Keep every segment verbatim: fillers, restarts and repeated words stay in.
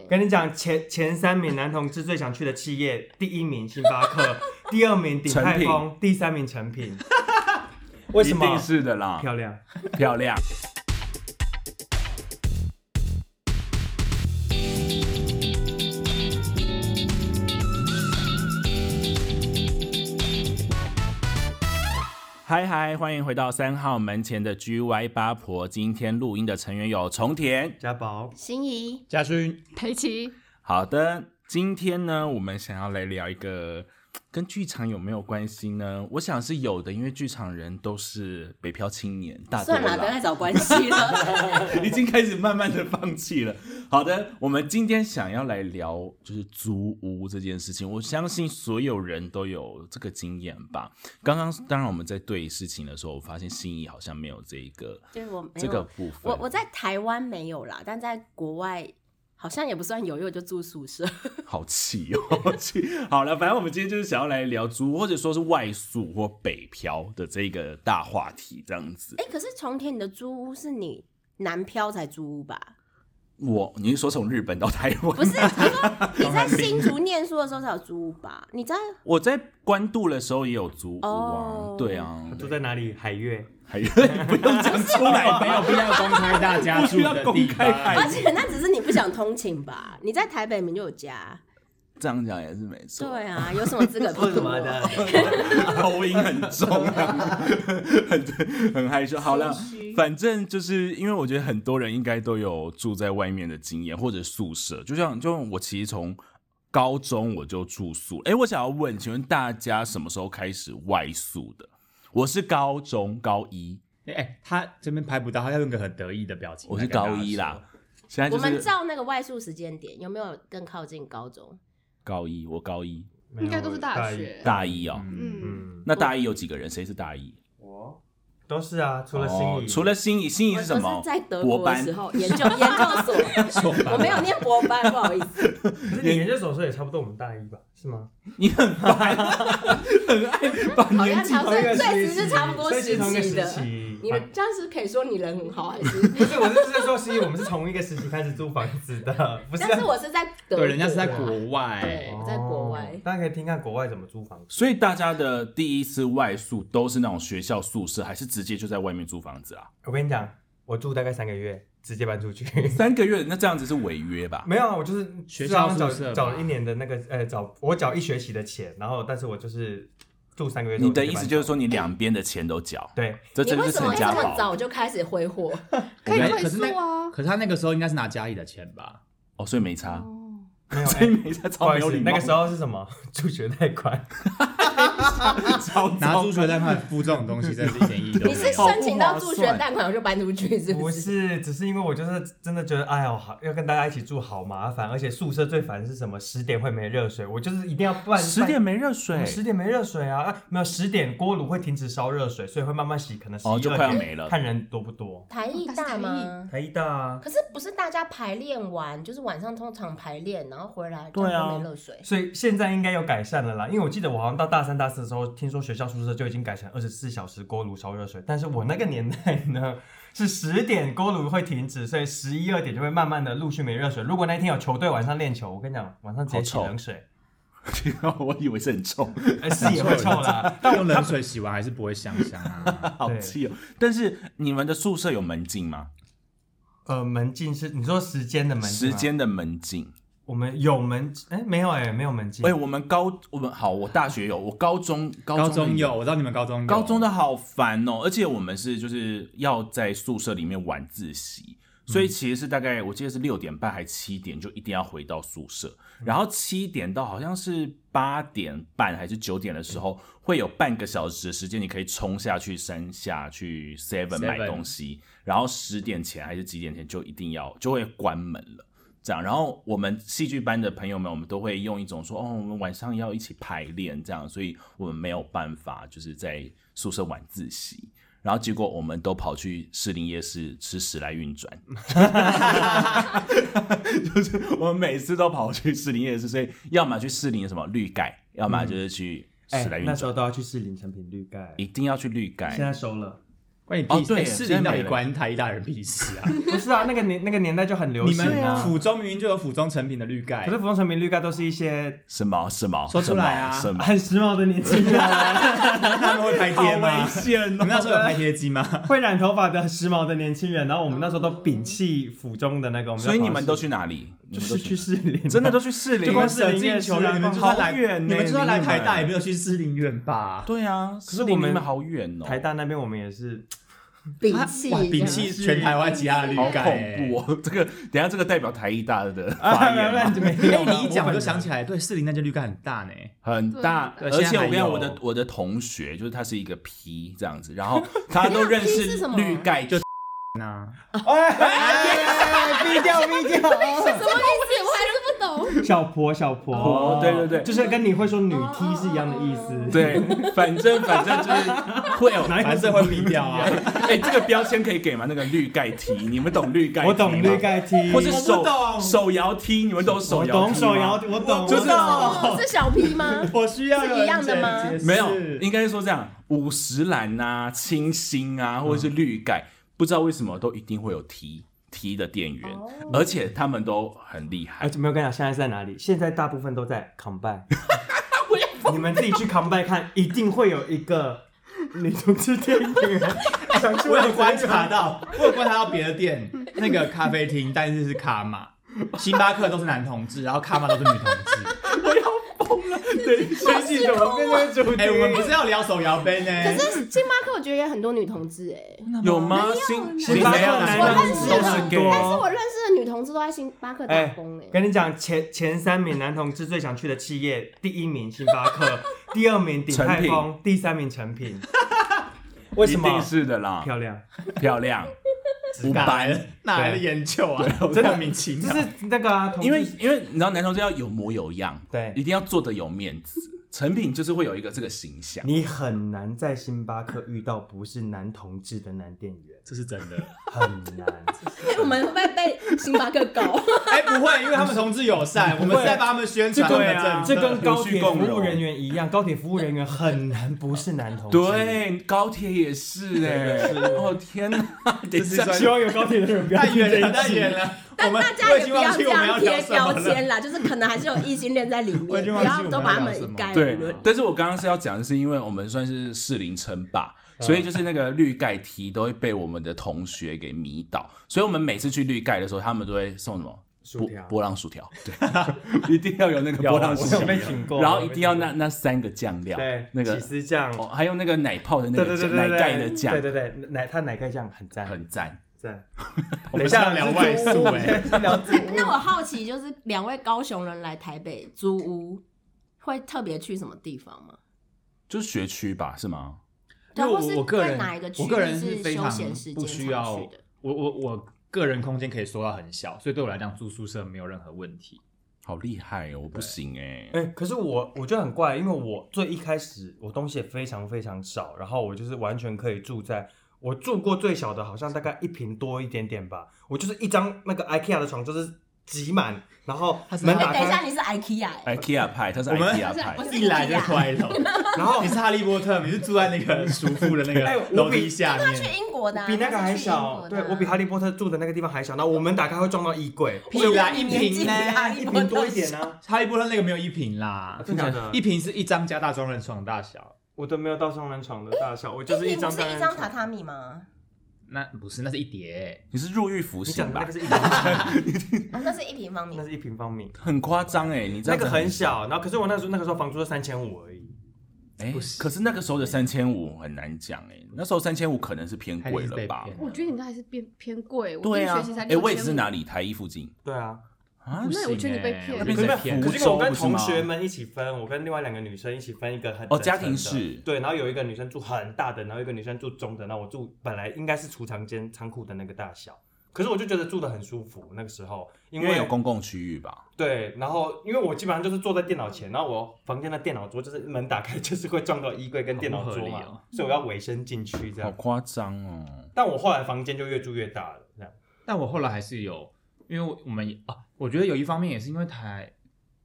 跟你讲，前前三名男同志最想去的企业，第一名星巴克，第二名鼎泰丰，第三名成品。为什么？ 一定是的啦， 漂亮， 漂亮。嗨嗨，欢迎回到三号门前的 G Y 八婆。今天录音的成员有重田、 家宝、 心怡、 嘉勋、 裴奇。 好的，今天呢，我们想要来聊一个跟剧场有没有关系呢？我想是有的，因为剧场人都是北漂青年，大多啦， 算了，不要再找关系了， 已经开始慢慢的放弃了。好的，我们今天想要来聊就是租屋这件事情，我相信所有人都有这个经验吧。刚刚当然我们在对事情的时候，我发现心仪好像没有这一个， 对我没有这个部分。 我我在台湾没有啦，但在国外好像也不算有，因为我就住宿舍。 好气哦，好气！好了，反正我们今天就是想要来聊租，或者说是外宿或北漂的这个大话题，这样子。 哎、欸，可是重田，你的租屋是你南漂才租屋吧？ 我，你是说从日本到台湾？ 不是，他说你在新竹念书的时候才有租屋吧？你在我在关渡的时候也有租屋啊， 哦、 对啊。 住在哪里？海悦。 海悦，不用讲出来， 没有必要公开大家住的地方。 而且那只是你不想通勤吧？你在台北明就有家。 这样讲也是没错。 对啊，有什么资格不什么的？ 口音很重、啊，很很害羞。好了，反正就是因为我觉得很多人应该都有住在外面的经验，或者宿舍。就像就我其实从高中我就住宿。哎，我想要问，请问大家什么时候开始外宿的？我是高中高一。 哎、欸，他这边拍不到，他要用个很得意的表情。 我是高一啦。现在、就是、 我们照那个外宿时间点，有没有更靠近高中？ 高一，我高一， 应该都是大学。 大一哦， 嗯嗯，那大一有几个人？谁是大一？ 我都是啊，除了心仪、 哦，除了心仪，心仪是什么？ 我是在德国的时候研究研究所，我没有念博班，不好意思。 可是你研究所的时候也差不多我们大一吧？是吗？ 你很烦，很爱把年纪同一个时期，是差不多时期的。你们这样是可以说你人很好，还是？ 不是，我是在说，心仪我们是从一个时期开始租房子的，不是、啊？ 但是我是在德国， 对，人家是在国外， 对，我在国外、 哦。大家可以听看国外怎么租房子。 所以大家的第一次外宿都是那种学校宿舍，还是直接就在外面租房子啊？ 我跟你讲，我住大概三个月，直接搬出去。 三个月，那这样子是违约吧？ 没有，我就是学校宿舍缴了一年的那个，呃，缴我缴一学期的钱，然后但是我就是住三个月。 你的意思就是说你两边的钱都缴？ 对， 这真是成家宝。你为什么这么早就开始挥霍？ 可以退宿啊！ 可是他那个时候应该是拿家里的钱吧？ 哦，所以没差。 哦没有， 所以没差，超没有礼貌。 那个时候是什么？助学贷款， 拿助学贷款付这种东西，真是一点意义都没有。 你是申请到助学贷款我就搬出去，是不是？ 不是， 不是，只是因为我就是真的觉得，哎呦，好要跟大家一起住好麻烦，而且宿舍最烦是什么？十点会没热水，我就是一定要办。 十点没热水， 十点没热水啊！啊没有，十点锅炉会停止烧热水，所以会慢慢洗，可能十一哦就快要没了， 看人多不多。 台艺大吗？ 台艺大啊。 可是不是大家排练完，就是晚上通常排练，然后回来对啊。 没热水， 所以现在应该有改善了啦。因为我记得我好像到大三、大四的时候，听说学校宿舍就已经改成二十四小时锅炉烧热水。但是我那个年代呢，是十点锅炉会停止，所以十一二点就会慢慢的陆续没热水。如果那天有球队晚上练球，我跟你讲，晚上直接洗冷水。 我以为是很臭， 欸、是也会臭啦。 但用冷水洗完还是不会香香啊， 好气哦。但是你们的宿舍有门禁吗？ 呃，门禁是你说时间的门禁吗？ 时间的门禁。 我们有门，哎、欸，没有哎、欸，没有门禁。 哎、欸，我们高，我们好，我大学有，我高中高中, 高中有，我知道你们高中有。 高中的好烦哦，而且我们是就是要在宿舍里面晚自习，所以其实是大概我记得是六点半还七点就一定要回到宿舍，然后七点到好像是八点半还是九点的时候，会有半个小时的时间，你可以冲下去山下去 seven 买东西，然后十点前还是几点前就一定要就会关门了。这样，然后我们戏剧班的朋友们，我们都会用一种说，哦，我们晚上要一起排练，这样，所以我们没有办法就是在宿舍晚自习，然后结果我们都跑去士林夜市吃史莱运转，就是我们每次都跑去士林夜市，所以要么去士林什么绿盖，要么就是去史莱运转、 欸。那时候都要去士林成品绿盖， 一定要去绿盖。 现在收了。 关你屁事！ 哦对士林到底关台大人屁事啊？ 不是啊，那个年那个年代就很流你行啊。 们府中明明就有府中成品的绿盖， 可是府中成品绿盖都是一些什么什么说出来啊什么？ 很时髦的年轻人， 他们会拍贴吗？ 好危险哦你们那时候有拍贴机吗？ 会染头发的时髦的年轻人。然后我们那时候都摒弃府中的那个，我们所以你们都去哪里？ 就是去士林， 真的都去士林， 就光舍近求远，你们就算来， 远， 你们就算来台大也没有去士林远吧？ 对啊， 可是我们好远哦。 台大那边我们也是。 摒弃， 摒弃全台湾其他的绿盖， 好恐怖哦！这个等一下这个代表台艺大的发言吗？ 没有， 你一讲我就想起来，对，士林那间绿盖很大呢， 很大，而且我跟你讲，我的我的同学就是他是一个 P 这样子，然后他都认识绿盖，就那哎，逼掉逼掉， 什么意思？我还是不懂。 小婆小婆， 哦，对对对， 就是跟你会说女 T 是一样的意思。 对，反正反正就是会有， 反正会逼掉啊。 哎，这个标签可以给吗？那个绿盖 T，你们懂绿盖 T 吗？ 我懂绿盖 T， 或是手手摇 T， 你们懂手摇 T 吗？ 我懂手摇，我懂， 就是是小 P 吗？ 我需要是一样的吗？ 没有，应该说这样，五十岚啊、清新啊，或者是绿盖，不知道为什么都一定会有 T。T 的店员，哦、而且他们都很厉害。 哎，没有跟你讲，现在在哪里？现在大部分都在 Combine 你们自己去 Combine 看，一定会有一个女同志店员。 我有观察到，我有观察到别的店那个咖啡厅，但是是卡玛，星巴克都是男同志，然后卡玛都是女同志。 我要疯了！对，学习怎么变成主题？ 哎，我们不是要聊手摇杯呢？ 可是星巴克我觉得也很多女同志哎， 有吗？ 星星巴克男我认识的很多，但是我认识的女同志都在星巴克打工哎。 跟你讲，前前三名男同志最想去的企业，第一名星巴克，第二名鼎泰丰，第三名成品。为什么？ 一定是的啦， 漂亮， 漂亮。 五百哪来的研究啊？ 真的莫名其妙。 就是那个啊， 因为因为你知道男同志要有模有样， 对， 一定要做得有面子。成品就是会有一个这个形象， 你很难在星巴克遇到不是男同志的男店员， 这是真的， 很难。 我们会不会被星巴克告？ 哎，不会，因为他们同志友善，我们是在帮他们宣传。 对啊，这跟高铁服务人员一样，高铁服务人员很难不是男同志。 对，高铁也是哎，哦天哪！等一下， 希望有高铁的人不要太远了，太远了。 但大家也不要这样贴标签啦，就是可能还是有异性恋在里面，不要都把他们一概而论。 但是我刚刚是要讲的是，因为我们算是士林称霸，所以就是那个绿盖 T 都会被我们的同学给迷倒，所以我们每次去绿盖的时候，他们都会送什么？ 薯条， 波浪薯条，对，一定要有那个波浪薯条，然后一定要那那三个酱料， 对， 那个起司酱， 哦，还有那个奶泡的那个奶盖的酱， 对对对，奶它奶盖酱很赞， 很赞。 等一下聊外宿哎， 那我好奇，就是两位高雄人来台北租屋，会特别去什么地方吗？ 就是学区吧，是吗？ 对，或是我个人哪一个区我个人是非常不需要，我我我个人空间可以缩到很小，所以对我来讲住宿舍没有任何问题。 好厉害哦，我不行哎、 欸。哎、欸，可是我我觉得很怪，因为我最一开始我东西也非常非常少，然后我就是完全可以住在。我住过最小的，好像大概一坪多一点点吧。我就是一张那个 IKEA 的床，就是挤满，然后门打开。 等一下，你是 IKEA？IKEA 派，他是 IKEA 派， 一来就快楼。然后你是哈利波特，你是住在那个叔父的那个楼梯下面。 他去英国的， 比那个还小。对，我比哈利波特住的那个地方还小。然后我门打开会撞到衣柜。 屁啦，一坪呢？ 一坪多一点呢。 哈利波特那个没有一坪啦， 真的， 一坪是一张加大双人床大小。 我都没有到双人床的大小，我就是一张。 不是一张榻榻米吗？ 那不是，那是一叠。 你是入狱服刑吧？ 那个是一平方米，那是一平方米， 那是一平方米， 很夸张哎！你这那个很小，然后可是我那时候那个时候房租是三千五而已。 哎，可是那个时候的三千五很难讲哎，那时候三千五可能是偏贵了吧？ 我觉得你那还是偏偏贵。 对啊，哎，位置是哪里？台一附近。 对啊。 啊， 那我觉得你被骗了。 可是可是我跟同学们一起分，我跟另外两个女生一起分一个很哦家庭室， 对，然后有一个女生住很大的，然后一个女生住中的，然后我住本来应该是储藏间仓库的那个大小，可是我就觉得住得很舒服那个时候，因为有公共区域吧。 对，然后因为我基本上就是坐在电脑前，然后我房间的电脑桌就是门打开就是会撞到衣柜跟电脑桌嘛，哦、所以我要尾身进去这样。 好夸张哦！ 但我后来房间就越住越大了，这样。 但我后来还是有。因为我们啊，我觉得有一方面也是因为台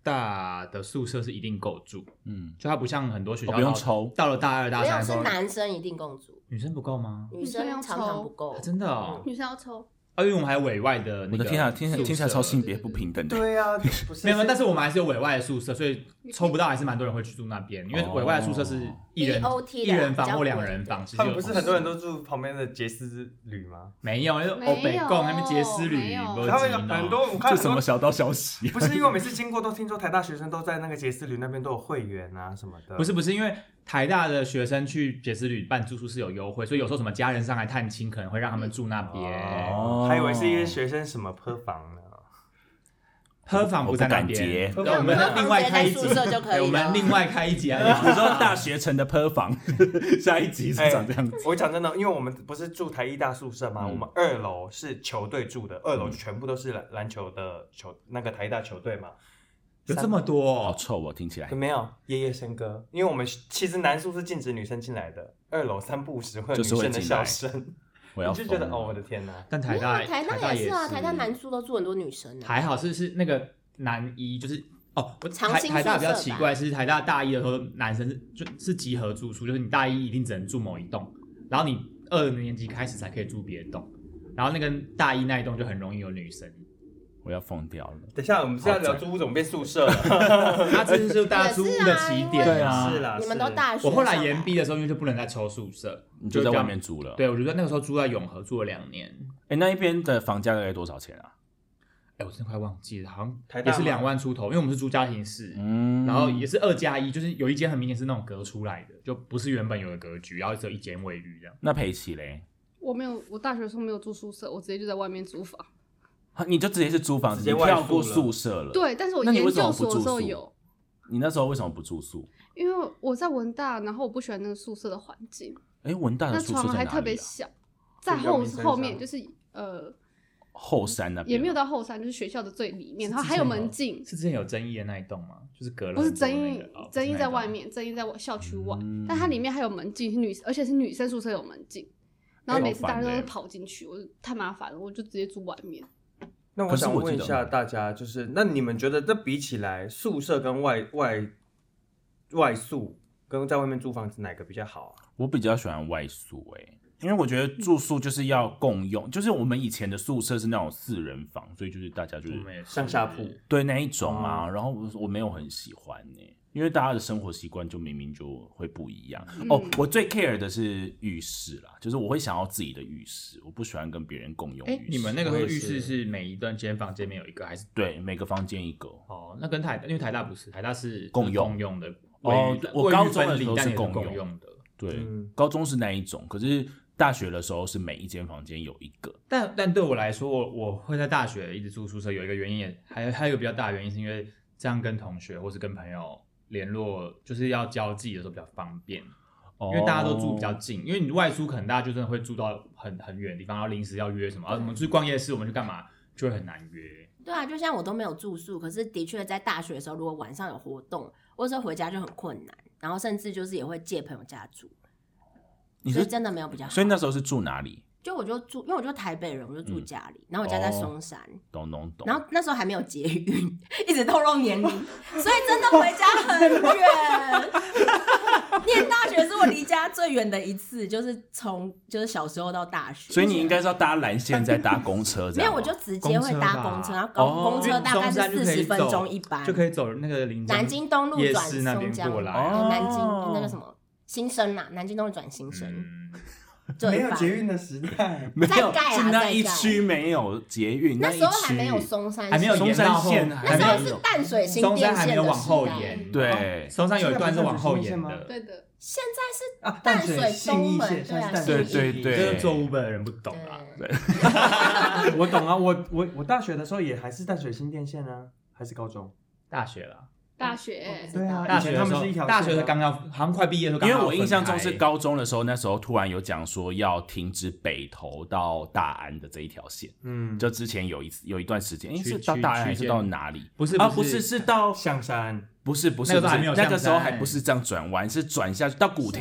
大的宿舍是一定够住， 嗯， 就它不像很多学校、 哦不用抽到了大二大没有三的时候， 是男生一定共住， 女生不够吗？ 女生常常不够啊，真的哦， 女生要抽， 啊，因为我们还有委外的那个我的天啊，听起来宿舍听起来超性别不平等的。 对啊，不是没有，没有但是我们还是有委外的宿舍，所以抽不到还是蛮多人会去住那边，因为委外的宿舍是一人、 B O T 的一人房比较贵或两人房，其实他有们不是很多人都住旁边的杰斯旅吗？ 没有，因为没有欧北贡那边杰斯旅没有没他们有很多，我看这很多什么小道消息？ 不是因为我每次经过都听说台大学生都在那个杰斯旅那边都有会员啊什么的。 不是不是，因为台大的学生去杰斯旅办住宿是有优惠，所以有时候什么家人上来探亲，可能会让他们住那边。 哦还以为是因为学生什么坡房呢。 喝房不在那边， 我不敢接那我们另外开一集， 喝房直接在宿舍就可以了对我们另外开一集啊。 你说大学城的坡房，下一集是长这样子。 我讲真的，因为我们不是住台艺大宿舍嘛， 嗯我们二楼是球队住的，二楼全部都是篮篮球的球，那个台大球队嘛。 有这么多哦， 好臭哦，听起来可。没有夜夜笙歌，因为我们其实男宿是禁止女生进来的，二楼三不五时会有女生的笑声， 我要你就觉得疯了哦，我的天哪！ 但台大没有台大大也是啊， 是台大男宿都住很多女生啊。 还好是是那个男一就是哦，我长青台台大比较宿舍吧奇怪是台大大一的时候男生是就是集合住宿，就是你大一一定只能住某一栋，然后你二年级开始才可以住别的栋，然后那个大一那一栋就很容易有女生。 我要疯掉了。 等一下，我们是要聊租屋怎么变宿舍了？ 那这就是大家租屋的起点。 对啊是啦， 你们都是大学， 我后来延毕的时候，因为就不能再抽宿舍， 你就在这样外面租了。， 对，我觉得那个时候住在永和住了两年， 哎，那一边的房价大概多少钱啊？ 哎，我真的快忘记了，好像台大吗也是两万出头，因为我们是租家庭式， 嗯， 然后也是二加一，就是有一间很明显是那种隔出来的，就不是原本有的格局，然后只有一间卫浴这样。 那赔齐嘞？ 我没有，我大学的时候没有住宿舍，我直接就在外面租房。 啊你就直接是租房子， 直接外你跳过宿了宿舍了。， 对，但是我研那你为什么究所的不住宿时候有， 你那时候为什么不住宿？ 因为我在文大，然后我不喜欢那个宿舍的环境， 哎，文大的那宿舍在哪里啊？ 床还特别小，在后阳明山上后面就是呃后山那边吗也没有到后山，就是学校的最里面，然后还有门禁， 是之前有争议的那一栋吗？就是隔了不是很多争议那个哦不是争议那一栋在外面，争议在我校区外， 嗯但它里面还有门禁，是女而且是女生宿舍有门禁，然后每次大家都好烦欸是跑进去，我就太麻烦了，我就直接住外面。 那我可是想问一我记得下大家，就是那你们觉得这比起来，宿舍跟外外外宿跟在外面租房子哪个比较好啊？ 我比较喜欢外宿哎、因为我觉得住宿就是要共用，就是我们以前的宿舍是那种四人房，所以就是大家就是我们也是上下铺， 对那一种啊， 哦然后我我没有很喜欢呢、因为大家的生活习惯就明明就会不一样、 嗯哦。我最 care 的是浴室啦，就是我会想要自己的浴室，我不喜欢跟别人共用浴哎室。， 你们那个我也浴室是是每一段间房间里面有一个，还是对每个房间一个。 哦？那跟台因为台大不是，台大是共用共用的哦卫浴我卫浴高中的时候分离但也是是共用共用的。 对， 嗯高中是那一种，可是大学的时候是每一间房间有一个。 但但对我来说，我我会在大学一直住宿舍，有一个原因也还还有一个比较大的原因，是因为这样跟同学或是跟朋友联络，就是要交际的时候比较方便。因为大家都住比较哦近，因为你外出可能大家就真的会住到很很远的地方，然后临时要约什么，啊，我们去逛夜市，我们去干嘛，就会很难约。 对啊，就像我都没有住宿，可是的确在大学的时候，如果晚上有活动，或者说回家就很困难，然后甚至就是也会借朋友家住， 你是所以真的没有比较好。 所以那时候是住哪里？ 就我就住，因为我就台北人，我就住家里，然后我家在松山， 懂懂懂。 然后那时候还没有捷运，一直透露年龄，所以真的回家很远。念大学是我离家最远的一次，就是从就是小时候到大学。 所以你应该是要搭蓝线再搭公车这没有， 样吗。 我就直接会搭公车，然后公哦公车大概是四十分钟一班， 就可以走那个临江南京东路夜转市那边松江， 过来哎哦南京那个什么新生呐，南京东路转新生， 嗯， 就一班没有捷运的时代， 没有， 在盖啊是那一在盖区没有捷运， 那一时候还没有区松山， 还没有松延到后山线， 那时候是还没有。 淡水新松店山还没有往线的时代后延， 对松山有一段是往后延现在不是的， 对的， 现在啊是淡水信东门， 义线， 对啊， 现在是对信义对对这个做 Uber 的人不懂啊。 对， 我懂啊，我我我大学的时候也还是淡水新店线啊，还是高中？ 大学啦， 大学我不知道对啊大学的时候以前他们是一条线啊大学的刚要，好像快毕业的时候刚好分开， 因为我印象中是高中的时候，那时候突然有讲说要停止北投到大安的这一条线， 嗯， 就之前有一次有一段时间，诶区是到大安还是区间到哪里？ 不是啊， 不是不是，是到象山， 不是不是那个时候还没有不是那个时候象山还不是这样转弯，是转下去到古亭，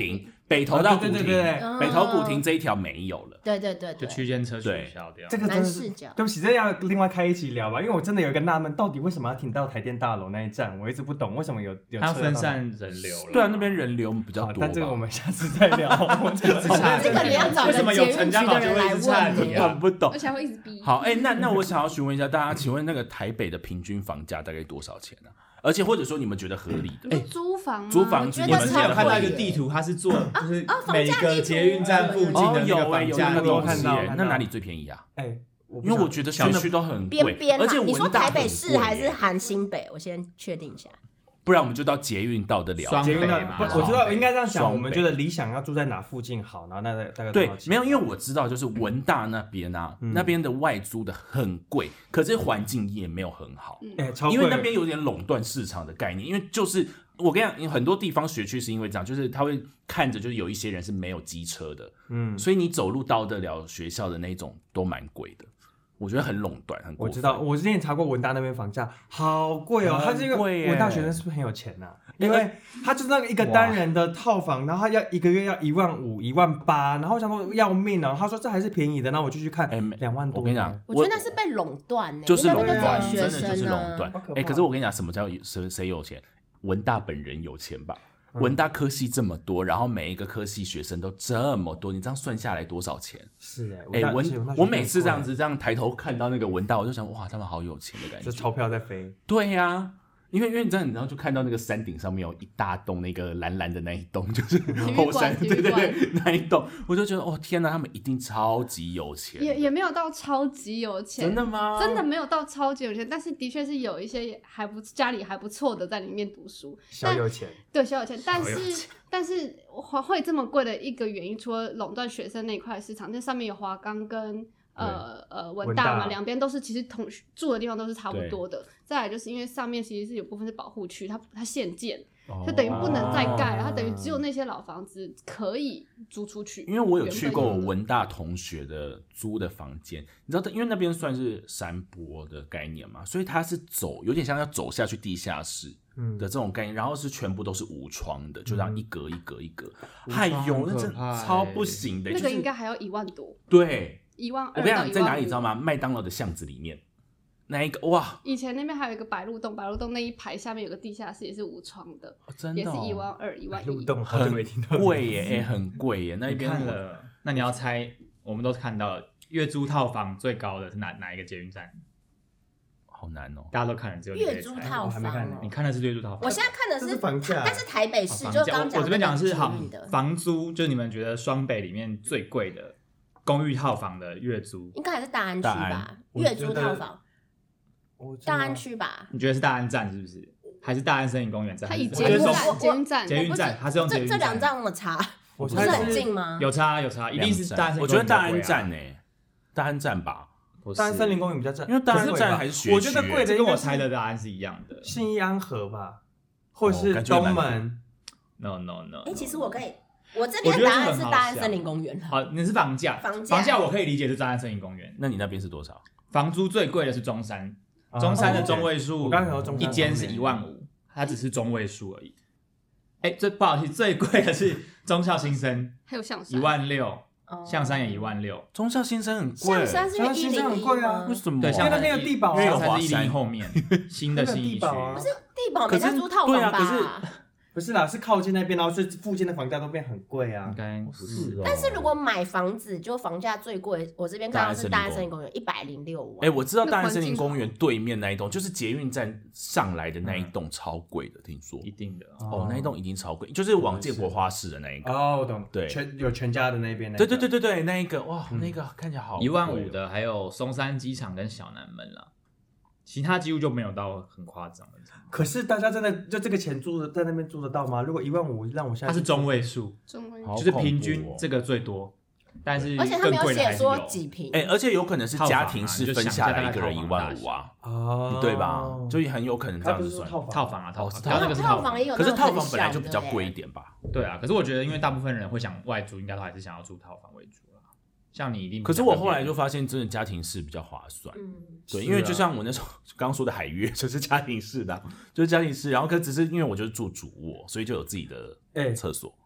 北投到古亭， 对对对对北投古亭这一条没有了。 对对对对， 就区间车取消掉。 这个真的是南视角对不起，这要另外开一集聊吧，因为我真的有一个纳闷，到底为什么要停到台电大楼那一站？我一直不懂为什么有有它要分车到散人流了。 对啊，那边人流比较多吧。 好但这个我们下次再聊。我真的这个你要找为什么有陈家宝就会一直岔问题啊？ 看不懂而。且还会一直逼。 好，哎、那那我想要询问一下大家，请问那个台北的平均房价大概多少钱呢、啊？而且或者说你们觉得合理的？ 你说租房吗？ 租房子我觉得我们之前有看到一个超贵耶地图，它是做就是哦房每价地图个捷运站附近的那有哎、 个房有那个价地图东西、欸看到看，到那哪里最便宜啊？ 哎，我不因为想我觉得学区都很贵， 边边啦而且， 你说文大台北很贵市还是耶含新北？我先确定一下。 不然我们就到捷运到得了。 双捷运到北嘛不我知道应该这样讲， 双北我们觉得理想要住在哪附近好，然后那大概多对少，钱没有，因为我知道，就是文大那边啊， 嗯那边的外租的很贵，可是环境也没有很好， 哎超贵， 因为那边有点垄断市场的概念。因为就是我跟你讲，很多地方学区是因为这样，就是他会看着，就是有一些人是没有机车的， 嗯， 所以你走路到得了学校的那种都蛮贵的。我觉得很垄断，很过分我知道，我之前查过文大那边房价好贵哦， 很他这个贵耶文大学生是不是很有钱呐、因为他就是那个一个单人的套房，然后他要一个月要一万五、一万八，然后我想说要命哦，他说这还是便宜的，然后我就去看， 哎没两万多。 我跟你讲， 我觉得那是被垄断呢， 就是垄因为那边断， 都只有学真的就是生啊。 垄断好可。怕哎、可是我跟你讲，什么叫谁谁有钱？文大本人有钱吧？ 嗯文大科系这么多，然后每一个科系学生都这么多，你这样算下来多少钱？ 是哎， 哎、 大文而且大学我每次这样很子这样抬头看到那个文大，我就想哇，他们好有钱的感贵，这觉。 钞票在飞。 对呀、啊。因为因为你知道，你然后就看到那个山顶上面有一大栋那个蓝蓝的那一栋，就是后山， 体育馆对对对，那一栋，我就觉得哦天哪，他们一定超级有钱。 也也没有到超级有钱， 真的吗？ 真的没有到超级有钱，但是的确是有一些还不家里还不错的在里面读书， 小有钱， 对小有钱，但小有是但是华会这么贵的一个原因，除了垄断学生那一块市场，那上面有华冈跟呃呃文大嘛， 文大两边都是其实同住的地方都是差不多的。再来就是因为上面其实是有部分是保护区，它它限建， 哦它等于不能再盖了，它等于只有那些老房子可以租出去。 因为我有去过我原本有的文大同学的租的房间，你知道，因为那边算是山坡的概念嘛，所以它是走有点像要走下去地下室嗯的这种概念，然后是全部都是无窗的，就这样一格一格一格， 无哎呦， 窗很那真可怕欸超不行的， 那就是个应该还要一万多， 对。 一万二我跟你讲， 到一在哪里万五。 你知道吗？麦当劳的巷子里面那一个哇， 以前那边还有一个白鹿洞，白鹿洞那一排下面有个地下室，也是无窗的，也哦真的哦是一万二、一万一。 路洞好久没听到， 贵耶，哎，很贵耶，那一你边看了，那你要猜，我们都看到了月租套房最高的是哪哪一个捷运站？ 好难哦。 大家都看了，只有你可以月租猜套房我还没看呢哦你，看的是月租套房。 我现在看的这是房价但是台北市哦就刚讲房价我我这边讲的是那个好捷运的， 房租，就是你们觉得双北里面最贵的公寓套房的月租， 应该还是大安区大吧安？ 月租套房， 我知道大安区吧？ 你觉得是大安站是不是？还是大安森林公园站？ 它以我觉得捷运站、 我捷运站， 我不是捷运站，它是用捷运这这两站， 站那么差， 我猜不是很是近吗？ 有差有差，一定是大安森林我公园比较贵啊。 觉得大安站呢，大安站吧， 不是大安森林公园比较正， 因为大安贵吧站还是学区我觉得贵的这跟我应该是猜的答案是一样的。 信义安和吧，或者哦是感觉蛮东门。 No no no， 哎，其实我可以，我这我觉得边答案这很好是大安笑森林公园了。 好，你是房价， 房价房价我可以理解是大安森林公园， 那你那边是多少？ 房租最贵的是中山， 啊中山的中位数， 我刚才说中山一间是一万五，它只是中位数而已。哎，最不好意思，最贵的是中校新生，一还有象山， 万六， 哦象山也一万六， 中校新生很贵， 象山是因为象山新生一零一很贵啊吗？ 为什么？ 对， 因为那边有地堡啊因为有象山华山是一零一后面新的那个新一区， 地堡啊不是地堡可是没在租套对房吧？ 啊可是不是啦，是靠近那边，然后是附近的房价都变很贵啊应。该不是是哦。 但是如果买房子，就房价最贵，我这边看到是大安森林公园一百零六万。 哎、我知道大安森林那环境公园对面那一栋，就是捷运站上来的那一栋，超贵的，听说。 一定的。 哦，那一栋已经超贵，就是往建国花市的那一个。 哦，我懂， 对全有全家的那边那对个。 对对对对，那一个哇，那个看起来好贵哦一万五的还有松山机场跟小南门啦，其他几乎就没有到很夸张的。 可是大家真的就这个钱租的在那边租得到吗？如果一万五让我现在它是中位数， 中文好就是平均恐怖哦这个最多，但是而且他更没有写贵的还是说几平。 哎、而且有可能是家庭式分下来一个人一套房万五啊， 哦， 对吧？就很有可能这它样子算。 不是说套房套房啊，套哦是房，它那个是套房房也有那种可是套房很小的本来就比较欸贵一点吧？ 对啊，可是我觉得因为大部分人会想外租，应该都还是想要住套房为主啦。像你一定， 可是我后来就发现，真的家庭式比较划算。 嗯， 对， 是因为就啊像我那时候刚刚说的海悦，就是家庭式的啊，就是家庭式，然后可只是因为我就是住主卧，所以就有自己的哎厕所。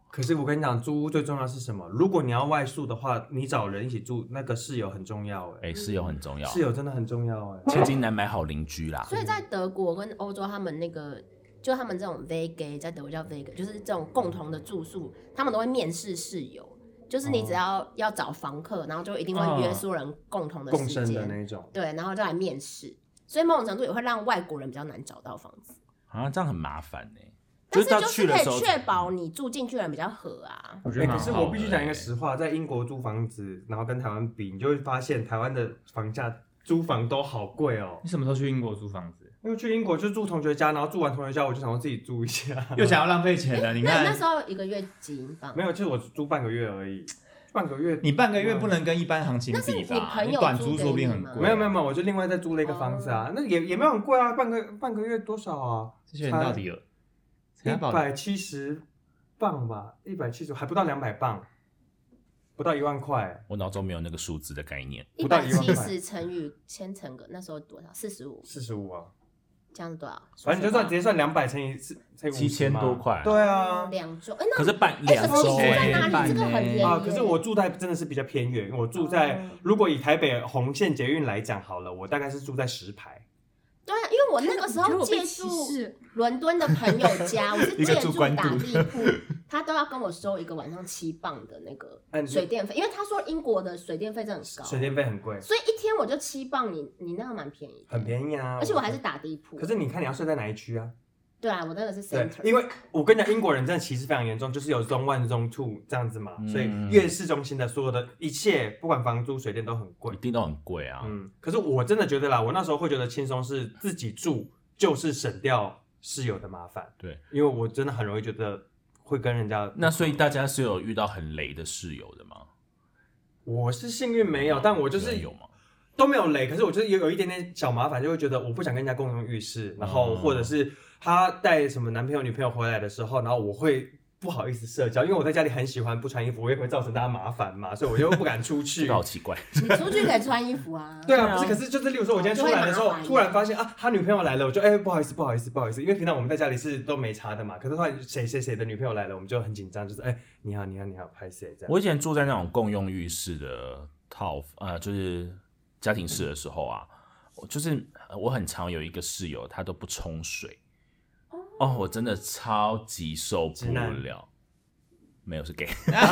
可是我跟你讲，租屋最重要是什么？如果你要外宿的话，你找人一起住，那个室友很重要哎、 哎、室友很重要， 室友真的很重要哎、 千金难买好邻居啦。 所以在德国跟欧洲，他们那个就他们这种 V G， 在德国叫 V G， 就是这种共同的住宿，他们都会面试室友。就是你只要、哦、要找房客，然后就一定会约所有人共同的时间， 共生的那种， 对，然后就来面试，所以某种程度也会让外国人比较难找到房子。 啊，这样很麻烦呢、欸。 但是到就是可以去的时候确保你住进去的人比较合啊。 我觉得欸、可是我必须讲一个事， 实话，在英国租房子，然后跟台湾比，你就会发现台湾的房价租房都好贵哦。 你什么时候去英国租房子？ 因为去英国就住同学家，然后住完同学家，我就想要自己住一下， 又想要浪费钱了。你看那那时候一个月几英镑？ 没有，就是我租半个月而已，半个月。 你半个月不能跟一般行情比吧？ 那是你朋友你短租说不定很贵、啊。 没有没有没有，我就另外再租了一个房子啊， 哦、 那也也没有很贵啊，半个半个月多少啊？ 这些人到底有？ 一百七十磅吧，一百七十还不到两百磅，不到一万块。 我脑中没有那个数字的概念。 一百七十乘以千乘个，那时候多少？四十五。 四十五啊， 这样是多少？ 反正就算直接算两百乘以四，乘以七千多块。 对啊， 两周。哎，那可是半哎， 两可是你住周哎， 在哪里？这个很便宜啊。可是我住在真的是比较偏远，我住在、 哦、 如果以台北红线捷运来讲好了，我大概是住在石牌。 对啊，因为我那个时候借住伦敦的朋友家，我是借住打地铺，他都要跟我收一个晚上七磅的那个水电费，因为他说英国的水电费真的很高， 水电费很贵， 所以一天我就七磅，你你那个蛮便宜的， 很便宜啊， 而且我还是打地铺。 可是你看你要睡在哪一区啊？ 对啊，我那个是 center， 因为我跟你讲，英国人真的歧视非常严重，就是有 zone one zone two 这样子嘛， 嗯、 所以越市中心的所有的一切，不管房租、水电都很贵， 一定都很贵啊。 嗯，可是我真的觉得啦，我那时候会觉得轻松是自己住，就是省掉室友的麻烦。 对， 因为我真的很容易觉得会跟人家。 那所以大家是有遇到很雷的室友的吗？ 我是幸运没有，但我就是有吗？ 都没有雷，可是我就是有有一点点小麻烦，就会觉得我不想跟人家共用浴室，然后或者是他带什么男朋友女朋友回来的时候，然后我会不好意思社交，因为我在家里很喜欢不穿衣服，我也会造成大家麻烦嘛，所以我就不敢出去。 这个好奇怪。 你出去可以穿衣服啊。 对啊，不是，可是就是例如说，我今天出来的时候，突然发现啊，他女朋友来了，我就哎、欸、不好意思不好意思不好意思，因为平常我们在家里是都没差的嘛，可是突然谁谁谁的女朋友来了，我们就很紧张，就是哎、欸、你好你好你好拍谁这样。 我以前住在那种共用浴室的套呃就是家庭式的时候啊，就是我很常有一个室友，他都不冲水。哦，我真的超级受不了。没有是 gay。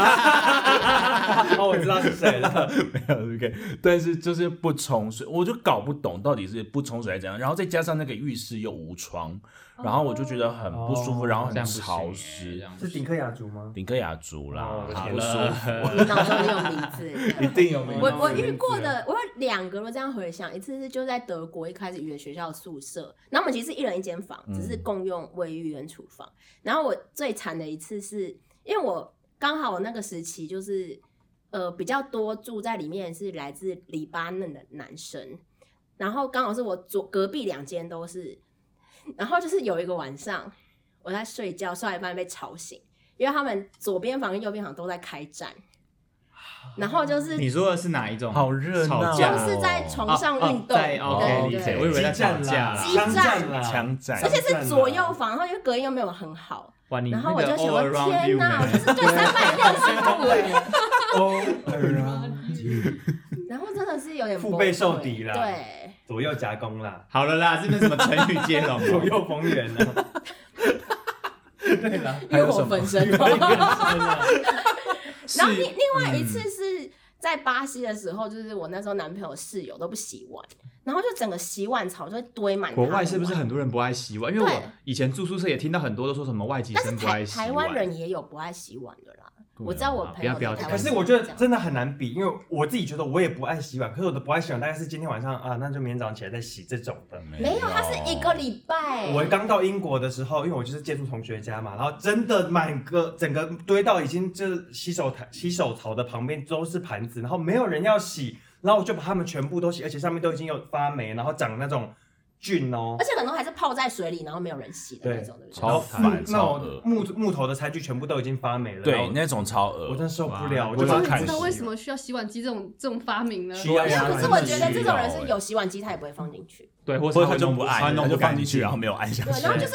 哦，我知道是谁了。 没有是 gay， 但是就是不冲水，我就搞不懂到底是不冲水还是怎样。然后再加上那个浴室又无窗，然后我就觉得很不舒服， 哦、 然后很潮湿。 是顶客雅族吗？ 顶客雅族啦， 哦、 好不舒服。 你脑中有名字， 一定有名字。 我我遇过的，我有两个，我这样回想，一次是就在德国一开始约学校宿舍，然后我们其实一人一间房，只是共用卫浴跟厨房。然后我最惨的一次是。因为我刚好我那个时期就是呃比较多住在里面是来自黎巴嫩的男生，然后刚好是我左隔壁两间都是，然后就是有一个晚上我在睡觉，睡到一半被吵醒，因为他们左边房跟右边房都在开战，然后就是你说的是哪一种？ 好热闹， 就是在床上运动， 在 OK 理解，我以为在吵架啦， 激战啦， 枪战， 而且是左右房，然后因为隔音又没有很好。然后我就想说，天哪，我就是对三百六十度哎，然后真的是有点腹背受敌啦， 对， 左右夹攻啦， 好了啦，这边什么成语接龙， 左右逢源了，对啦， 欲火焚身。然后另另外一次是在巴西的时候，就是我那时候男朋友室友都不洗碗。然后就整个洗碗槽就会堆满。 国外是不是很多人不爱洗碗？因为我以前住宿舍也听到很多都说什么外籍生不爱洗碗。 台湾人也有不爱洗碗的啦。我知道我朋友在台湾。 可是我觉得真的很难比，因为我自己觉得我也不爱洗碗，可是我的不爱洗碗大概是今天晚上啊，那就明天早上起来再洗这种的。 没有，它是一个礼拜。 我刚到英国的时候，因为我就是借住同学家嘛，然后真的满个整个堆到已经就是洗手台、洗手槽的旁边都是盘子，然后没有人要洗。然后我就把它们全部都洗，而且上面都已经有发霉，然后长那种菌哦， 而且很多还是泡在水里，然后没有人洗的那种，对不对？ 超烦， 那种木木头的餐具全部都已经发霉了， 对，那种超恶， 我真的受不了。我就就你知道为什么需要洗碗机这种这种发明呢？ 需要呀。 可是我觉得这种人是有洗碗机，他也不会放进去， 对，或者他就不按，他就放进去，然后没有按下去。 对，然后就是逼到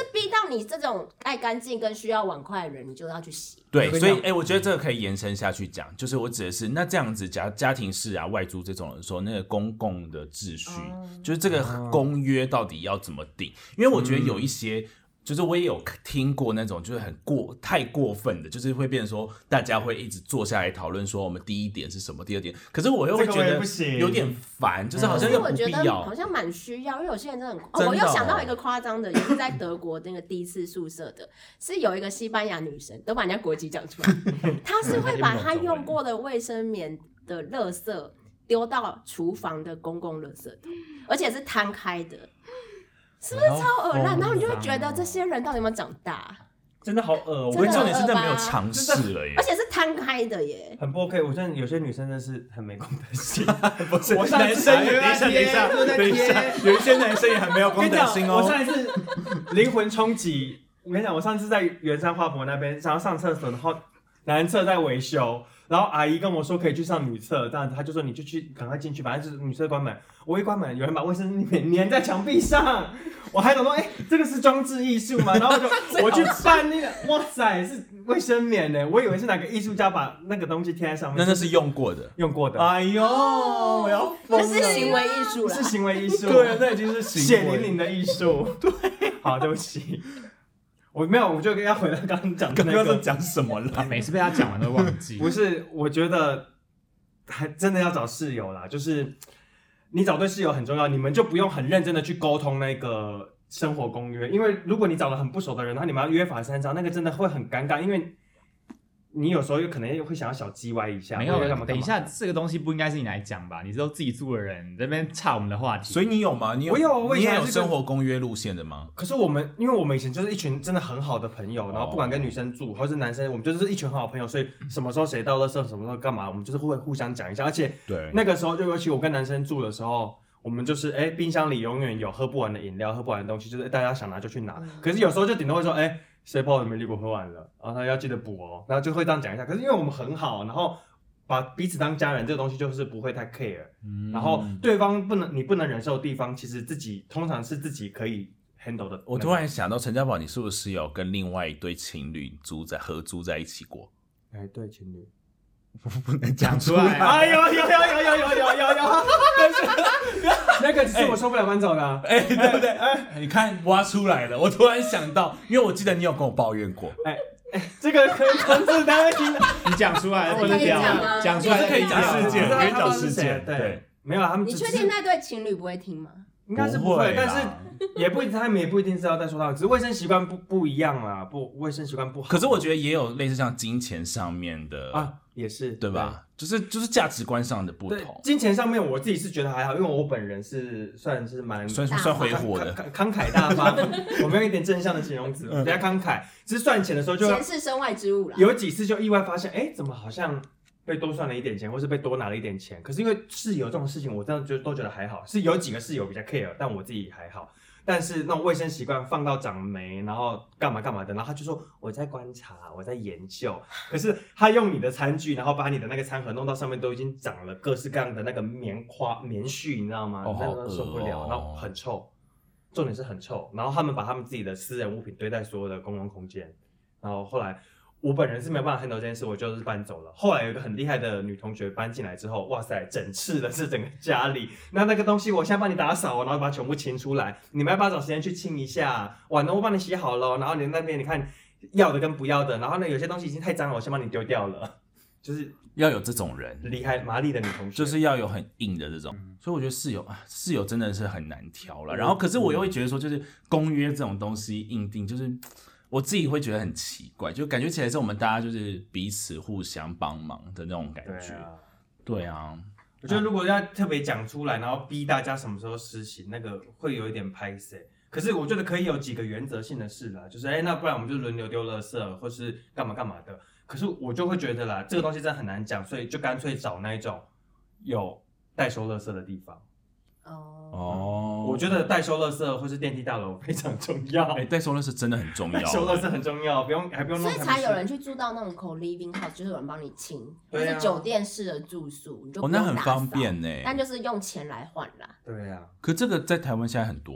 你这种爱干净跟需要碗筷的人，你就要去洗。 对，所以哎、欸，我觉得这个可以延伸下去讲，就是我指的是那这样子家家庭式啊、外租这种的时候，那个公共的秩序，哦、就是这个公约到底要怎么定？因为我觉得有一些。嗯就是我也有听过那种就是很过太过分的，就是会变成说大家会一直坐下来讨论说我们第一点是什么，第二点，可是我又会觉得有点烦，就是好像又不必要。 我觉得好像蛮需要，因为有些人真的很……哦，我又想到一个夸张的，也是在德国那个第一次宿舍的，是有一个西班牙女生，都把人家国籍讲出来，她是会把她用过的卫生棉的垃圾丢到厨房的公共垃圾桶，而且是摊开的。是不是超恶烂？然后你就会觉得这些人到底有没有长大？ 真的好恶， 我重点是真的没有尝试了耶， 而且是摊开的耶， 很不 OK。我觉得有些女生真的是很没公德心， 不是我男生也等一下等一下等一下，有一些男生也很没有公德心哦。 我上一次灵魂冲击，我跟你讲，我上次在圆山花博那边想要上厕所，然后男厕在维修。然后阿姨跟我说可以去上女厕，这样子，她就说你就去赶快进去，反正就是女厕关门。我一关门，有人把卫生棉粘在墙壁上，我还想说，哎、欸，这个是装置艺术吗？然后就我去翻那个，哇塞，是卫生棉呢，我以为是哪个艺术家把那个东西贴在上面。 那那是用过的， 用过的。 哎呦，我要疯了！ 这是行为艺术啦， 是行为艺术， 对，那已经是行血淋淋的艺术。对，好，对不起。我没有，我就要回到刚刚讲的那个。 刚刚是讲什么了？ 每次被他讲完都忘记。 不是，我觉得还真的要找室友啦，就是你找对室友很重要，你们就不用很认真的去沟通那个生活公约，因为如果你找了很不熟的人，然后你们要约法三章，那个真的会很尴尬，因为你有时候有可能会想要小叽歪一下。 没有， 干嘛干嘛等一下，这个东西不应该是你来讲吧？你是都自己住的人，这边岔我们的话题。 所以你有吗？你有？ 我有，我你也有生活公约路线的吗？ 可是我们，因为我们以前就是一群真的很好的朋友，然后不管跟女生住或是男生，我们就是一群很好的朋友，所以什么时候谁到垃圾，什么时候干嘛，我们就是会互相讲一下。而且对那个时候，就尤其我跟男生住的时候，我们就是哎、欸，冰箱里永远有喝不完的饮料，喝不完的东西，就是大家想拿就去拿。嗯、可是有时候就顶多会说，哎、欸。谁把我的美丽果喝完了，然后他要记得补哦，然后就会这样讲一下。可是因为我们很好，然后把彼此当家人，这个东西就是不会太 care、嗯。然后对方不能你不能忍受的地方，其实自己通常是自己可以 handle 的。 我突然想到，陈家宝，你是不是有跟另外一对情侣租在合租在一起过？ 哎，对，情侣。 不能讲出来。 哎呦，有有有有有有有有，但是那个是我受不了搬走的。 哎、欸，对不对？哎、欸，你看挖出来了。我突然想到，因为我记得你有跟我抱怨过。 哎、欸、哎，这个可以控制单位听的。 你讲出来， 我就讲啊， 讲出来可以讲事件，可以讲事件。 对，没有，他们。 你确定那对情侣不会听吗？ 应该是不会，但是也不一定，他们也不一定是要再说到，只是卫生习惯不不一样啊，不卫生习惯不好。 可是我觉得也有类似像金钱上面的啊，也是对吧？对就是就是价值观上的不同。 金钱上面我自己是觉得还好，因为我本人是算是蛮算算挥霍的， 慷慨大方。我没有一点正向的形容词，比较慷慨。只是赚钱的时候就钱是身外之物啦。 有几次就意外发现，哎，怎么好像。被多算了一点钱，或是被多拿了一点钱，可是因为室友这种事情，我真的就都觉得还好。是有几个室友比较 care， 但我自己还好。但是那种卫生习惯放到长霉，然后干嘛干嘛的，然后他就说我在观察，我在研究。可是他用你的餐具，然后把你的那个餐盒弄到上面都已经长了各式各样的那个棉花、棉絮，你知道吗？ 哦、 那个受不了，然后很臭，重点是很臭。然后他们把他们自己的私人物品堆在所有的公共空间，然后后来。我本人是没有办法 handle 这件事，我就是搬走了。后来有一个很厉害的女同学搬进来之后，哇塞，整治的是整个家里。那那个东西我现在帮你打扫，然后把它全部清出来。你们要不要找时间去清一下？碗呢我帮你洗好了，然后你那边你看要的跟不要的，然后呢有些东西已经太脏了，我先帮你丢掉了。就是要有这种人， 厉害麻利的女同学， 就是要有很硬的这种。嗯、所以我觉得室友啊，室友真的是很难挑了。然后可是我又会觉得说，就是公约这种东西硬定，就是。我自己会觉得很奇怪，就感觉起来是我们大家就是彼此互相帮忙的那种感觉。对啊，对啊。 我觉得如果要特别讲出来，然后逼大家什么时候施行，那个会有一点拍摄。可是我觉得可以有几个原则性的事啦，就是哎、欸，那不然我们就轮流丢垃圾，或是干嘛干嘛的。可是我就会觉得啦，这个东西真的很难讲，所以就干脆找那一种有代收垃圾的地方。 哦， 我觉得代收垃圾或是电梯大楼非常重要。 哎、欸，代收垃圾真的很重要。 代收垃圾很重要，不用还不用弄。 所以才有人去住到那种 co-living house， 就是有人帮你清，或是酒店式的住宿，你就不用打扫。 哦，那很方便呢。 但就是用钱来换啦。 对啊。 可这个在台湾现在很多吗？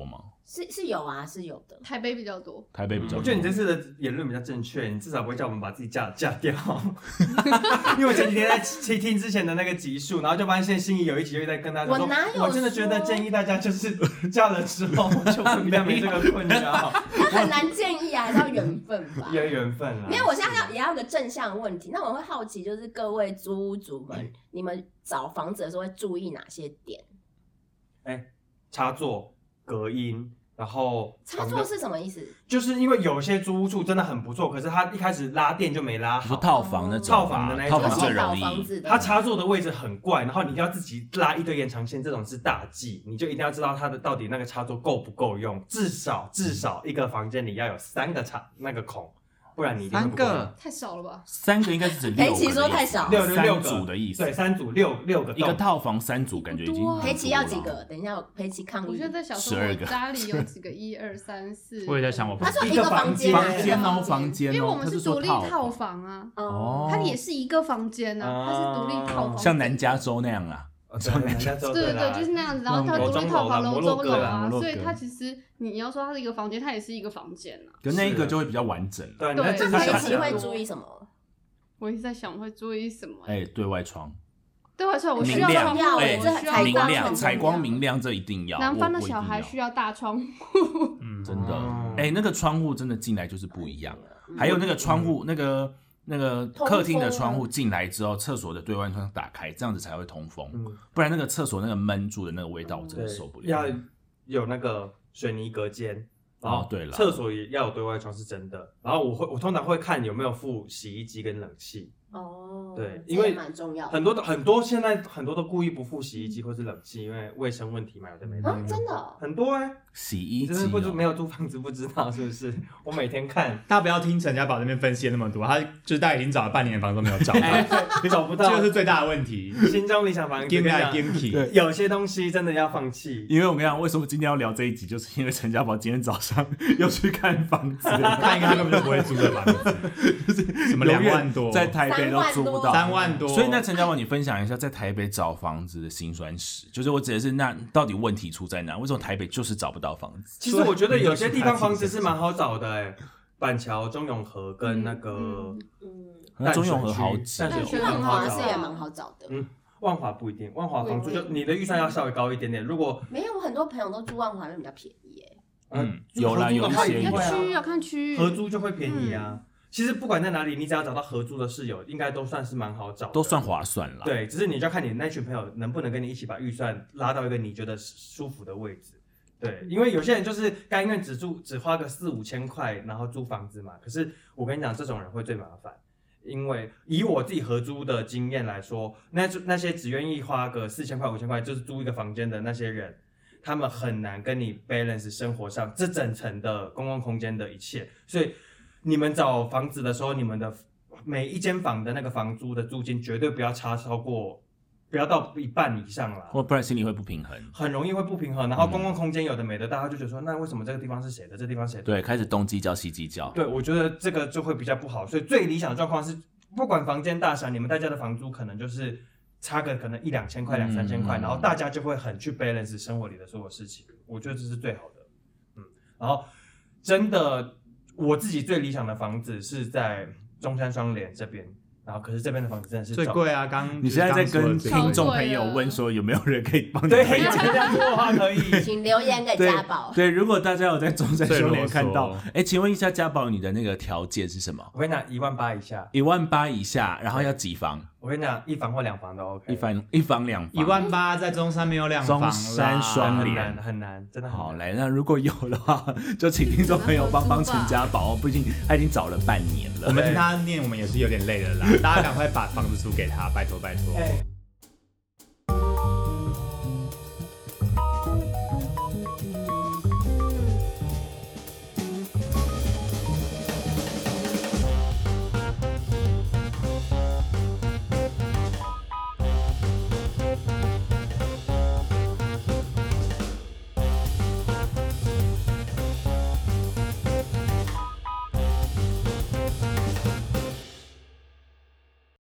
是是有啊，是有的。 台北比较多。 台北比较多。 我觉得你这次的言论比较正确，你至少不会叫我们把自己嫁嫁掉。因为我前几天在听之前的那个集数，然后就发现心仪有一集就在跟他说， 我哪有我真的觉得建议大家就是嫁了之后就比较没这个困扰。 很难建议啊，还是要缘分吧。 有缘分啊。 因为我现在要也要有个正向问题，那我会好奇，就是各位租屋族们，你们找房子的时候会注意哪些点？ 哎，插座、隔音。然后插座是什么意思？ 就是因为有些租屋处真的很不错，可是他一开始拉电就没拉好。 你说套房那种， 套房的那种， 套房最容易。 它插座的位置很怪，然后你要自己拉一堆延长线，这种是大忌，你就一定要知道它的到底那个插座够不够用，至少至少一个房间里要有三个插那个孔。不然你一定会不够用。 三个太少了吧？ 三个应该是指六个的意思。 裴奇说太少， 六六六组的意思。 对，三组六六个。 一个套房三组，感觉已经。 裴奇要几个？等一下，裴奇抗议。 我现在在想说，我家里有几个？一二三四。 我也在想，我他说一个房间， 房间哦，房间哦， 因为我们是独立套房啊。 哦。 它也是一个房间啊，它是独立套房。 像南加州那样啊。 对对对，就是那样子，然后它独立套房、楼中楼啊，所以它其实你要说它是一个房间，它也是一个房间啊。 可那一个就会比较完整。 对， 那裴奇会注意什么？ 我一直在想我会注意什么？ 哎，对外窗。 对外窗我需要窗户， 哎， 明亮，采光明亮，这一定要。 南方的小孩需要大窗户。 嗯，真的。哎，那个窗户真的进来就是不一样。还有那个窗户，那个。那个客厅的窗户进来之后，厕所的对外窗打开，这样子才会通风，嗯、不然那个厕所那个闷住的那个味道，我真的受不了。 要有那个水泥隔间，然后对了，厕所也要有对外窗是真的。然后我会，我通常会看有没有附洗衣机跟冷气。 哦， 对，因为蛮重要的。 很多很多现在很多都故意不附洗衣机或是冷气，因为卫生问题嘛，有的没的。 啊，真的很多哎、欸， 洗衣机、 哦、不没有租房子不知道是不是？我每天看， 大家不要听陈家宝那边分析那么多，他就是大概已经找了半年的房子都没有找到， 你找不到， 这就是最大的问题。 心中理想房子， 对， 有些东西真的要放弃。 因为我跟你讲，为什么今天要聊这一集，就是因为陈家宝今天早上又去看房子， 看一个他根本就不会租的房子，就是什么两万多， 在台北都租不到。 三万多， 所以那陈家宝，你分享一下在台北找房子的辛酸史，就是我指的是那到底问题出在哪？为什么台北就是找不到房子？ 其实我觉得有些地方房子是蛮好找的、欸，板桥、中永和跟那个， 嗯， 那中永和好找， 万华是也蛮好找的。 嗯，万华不一定，万华房租就你的预算要稍微高一点点。如果没有，我很多朋友都住万华，因为比较便宜、欸。 嗯，有啦，有一些要区要看区域， 合租就会便宜啊。嗯其实不管在哪里，你只要找到合租的室友，应该都算是蛮好找的， 都算划算了。 对，只是你就要看你那群朋友能不能跟你一起把预算拉到一个你觉得舒服的位置。对，因为有些人就是甘愿只住只花个四五千块，然后租房子嘛。可是我跟你讲，这种人会最麻烦，因为以我自己合租的经验来说，那那些只愿意花个四千块、五千块就是租一个房间的那些人，他们很难跟你 balance 生活上这整层的公共空间的一切，所以。你们找房子的时候，你们的每一间房的那个房租的租金绝对不要差超过，不要到一半以上啦， 或不然心里会不平衡， 很容易会不平衡。然后公共空间有的没的，大家就觉得说，那为什么这个地方是谁的，这地方谁的？ 对，开始东计较西计较。 对，我觉得这个就会比较不好。所以最理想的状况是，不管房间大小，你们大家的房租可能就是差个可能一两千块、两三千块，然后大家就会很去 balance 生活里的所有事情。我觉得这是最好的。嗯，然后真的。我自己最理想的房子是在中山双连这边，然后可是这边的房子真的是最贵啊！刚你现在在跟听众朋友问说有没有人可以帮你推荐？ 对，这样做的话可以， 请留言给家宝。 对，如果大家有在中山双连看到，哎，请问一下家宝，你的那个条件是什么？ 我跟你讲，一万八以下， 一万八以下，然后要几房？ 我跟你讲，一房或两房都 OK。 一房一房两房， 一万八在中山没有两房啦， 中山双连很难很难，真的很难。 好，来，那如果有的话，就请听众朋友帮帮陈家宝，毕竟他已经找了半年了。 我们听他念，我们也是有点累了啦，大家赶快把房子租给他，拜托拜托。